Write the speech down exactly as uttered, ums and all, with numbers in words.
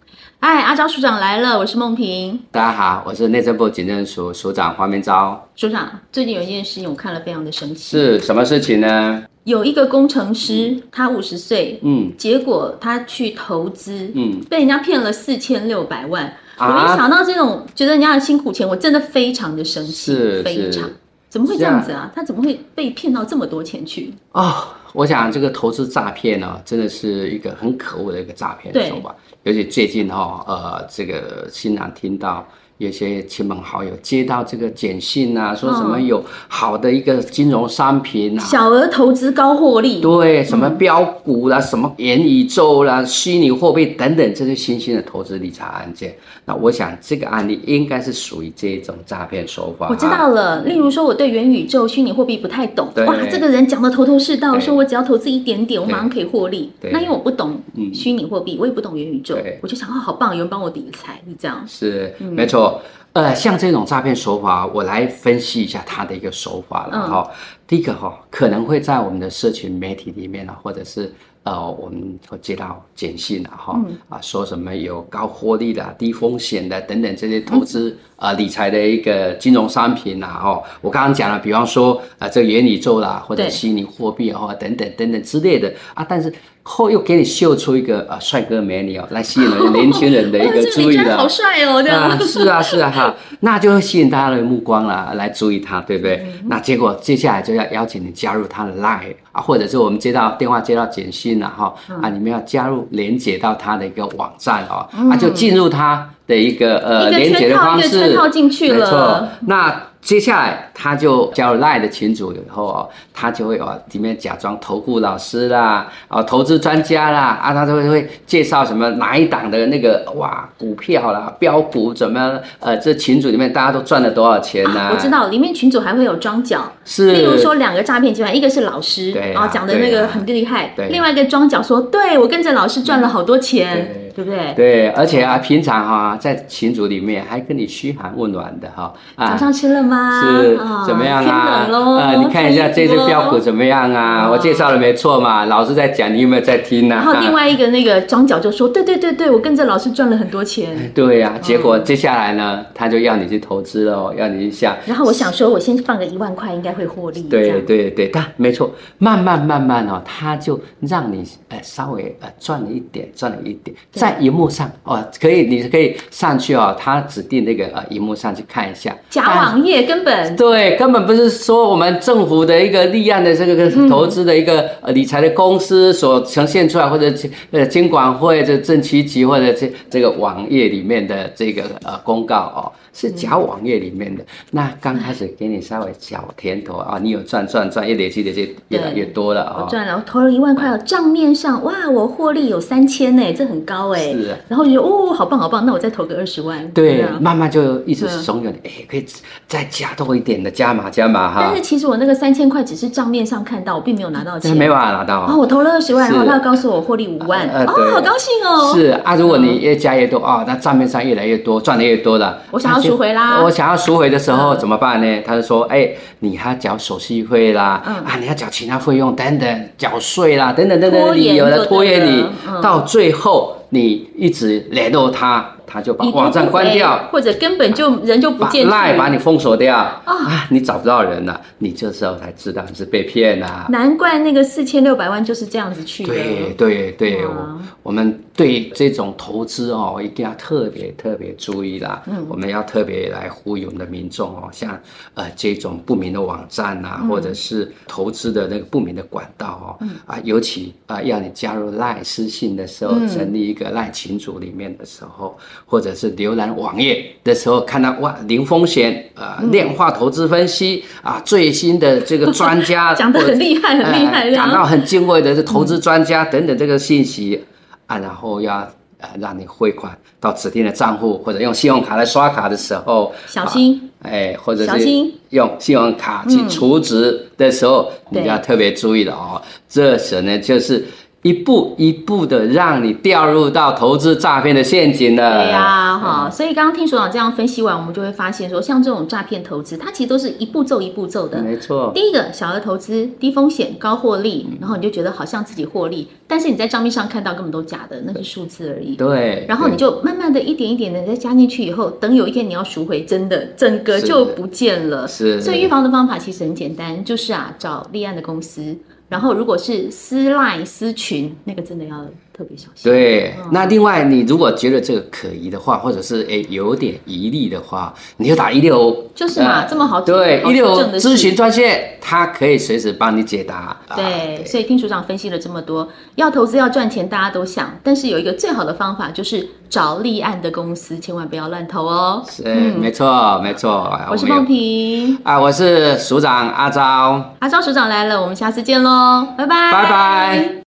嗨，阿昭署长来了，我是梦萍。 大家好，我是内政部警政署署长黄明昭。 署长，最近有一件事情我看了非常的生气。 是什么事情呢？ 有一个工程师，他五十岁， 嗯， 结果他去投资， 嗯， 被人家骗了四千六百万。 啊我没想到这种觉得人家的辛苦钱，我真的非常的生气， 是非常。怎么会这样子啊？他怎么会被骗到这么多钱去？ 哦，我想这个投资诈骗呢，真的是一个很可恶的一个诈骗手法。尤其最近哈、哦，呃，这个新郎听到有些亲朋好友接到这个简讯啊，说什么有好的一个金融商品啊， 小额投资高获利， 对，什么标股啦、嗯、什么元宇宙啦、虚拟货币等等这些新兴的投资理财案件。那我想这个案例应该是属于这种诈骗手法。 我知道了，例如说我对元宇宙、虚拟货币不太懂，哇，这个人讲的头头是道，说我只要投资一点点，我马上可以获利。那因为我不懂虚拟货币，嗯、我也不懂元宇宙，我就想，哦，好棒，有人帮我理财，是这样。 是，嗯、没错。呃，像这种诈骗手法，我来分析一下它的一个手法了哈、嗯。第一个哈，可能会在我们的社群媒体里面啊，或者是呃，我们会接到简讯啊哈、嗯、啊，说什么有高获利的、低风险的等等这些投资、嗯、呃理财的一个金融商品啊哈。我刚刚讲了，比方说呃这个元宇宙啦，或者虚拟货币啊等等等等之类的啊，但是后又给你秀出一个呃帅哥美女哦，来吸引了年轻人的一个注意了。 哦、好帅哦，这样、 啊、是啊是啊哈，那就会吸引大家的目光了，来注意他，对不对？嗯、那结果接下来就要邀请你加入他的 Line 啊，或者是我们接到电话接到简讯了哈、嗯、啊，你们要加入连结到他的一个网站哦，嗯、啊就进入他的一个呃连结的方式， 一个圈套进去了， 没错。那接下来他就加入 Line 的群组以后哦，他就会哦里面假装投顾老师啦，哦投资专家啦，啊他就会会介绍什么哪一档的那个哇股票啦、标股怎么样？呃，这群组里面大家都赚了多少钱呢、啊啊？我知道里面群组还会有装脚， 是例如说两个诈骗集团，一个是老师， 对、啊， 然后讲的那个很厉害， 对、啊， 另外一个装脚说，对我跟着老师赚了好多钱。 对对不对？ 对，而且啊，平常哈、啊、在群组里面还跟你嘘寒问暖的哈、啊， 早上吃了吗？ 是、哦、怎么样啊？ 天冷咯， 呃，你看一下这只标股怎么样啊？哦、我介绍的没错嘛，老师在讲，你有没有在听啊？ 然后另外一个那个装脚就说，对对对对，我跟着老师赚了很多钱。 对呀、啊，结果接下来呢，他就要你去投资了，要你去下。 然后我想说，我先放个一万块，应该会获利。 对对对，但没错，慢慢慢慢哦，他就让你呃稍微呃赚了一点，赚了一点，在荧幕上。哦，可以，你可以上去哦，他指定那个呃荧幕上去看一下。 假网页根本对，根本不是说我们政府的一个立案的这个投资的一个、嗯、呃理财的公司所呈现出来，或者呃监管会这政企局或者这这个网页里面的这个呃公告哦，是假网页里面的。嗯、那刚开始给你稍微小甜头啊，你有赚赚赚，越累积累积越来越多了哦。 我赚了，我投了一万块，账面上哇，我获利有三千呢，这很高哎。 是、啊。 然后就哦，好棒好棒，那我再投个二十万。 对，慢慢就一直怂恿你，哎、欸，可以再加多一点的，加码加码哈。 但是其实我那个三千块只是账面上看到，我并没有拿到钱， 没办法拿到。 啊、哦，我投了二十万，然后他要告诉我获利五万，呃、哦，好高兴哦。 是啊，如果你越加越多啊、哦，那账面上越来越多，赚的越多了。 我想要赎回啦。 我想要赎回的时候、嗯、怎么办呢？他就说，哎、欸，你还要缴手续费啦，嗯、啊，你要缴其他费用等等，缴税啦，等等等等，理由的拖延你，嗯、到最后。你一直联络他，他就把网站关掉， 或者根本就人就不见去， 赖把你封锁掉啊、哦！你找不到人了，你这时候才知道你是被骗啦。 难怪那个四千六百万就是这样子去的。 对对对，我我们对这种投资哦，一定要特别特别注意啦。嗯，我们要特别来呼吁我们的民众哦，像呃这种不明的网站啊，嗯、或者是投资的那个不明的管道哦，嗯、啊，尤其啊要你加入赖私信的时候，嗯、成立一个赖群组里面的时候，或者是浏览网页的时候，看到哇零风险，呃，嗯、量化投资分析啊，最新的这个专家讲得很厉害，很厉害， 讲、呃、到很敬畏的这投资专家等等这个信息、嗯、啊，然后要呃让你汇款到指定的账户，或者用信用卡来刷卡的时候， 小心， 哎、啊，或者是用信用卡去储值的时候，嗯、你就要特别注意了哦。这时呢，就是一步一步的让你掉入到投资诈骗的陷阱了。 对呀、啊，哈，所以刚刚听所长这样分析完，我们就会发现说，像这种诈骗投资，它其实都是一步骤一步骤的。 没错。 第一个小额投资，低风险高获利，然后你就觉得好像自己获利，但是你在账面上看到根本都假的，那是数字而已。 对。 然后你就慢慢的一点一点的再加进去以后，等有一天你要赎回，真的整个就不见了。 是。 所以预防的方法其实很简单，就是啊，找立案的公司。然后，如果是私赖私群，那个真的要特别小心。 对， 嗯、 那另外你如果觉得这个可疑的话，或者是诶有点疑虑的话，你就打一六五， 就是嘛，呃、这么好对一六五咨询专线，它可以随时帮你解答。 对，啊、对所以听署长分析了这么多，要投资要赚钱，大家都想，但是有一个最好的方法就是找立案的公司，千万不要乱投哦。 是，嗯、没错，没错。 我是梦萍啊，我是署长阿昭， 阿昭署长来了，我们下次见喽。拜拜， 拜拜。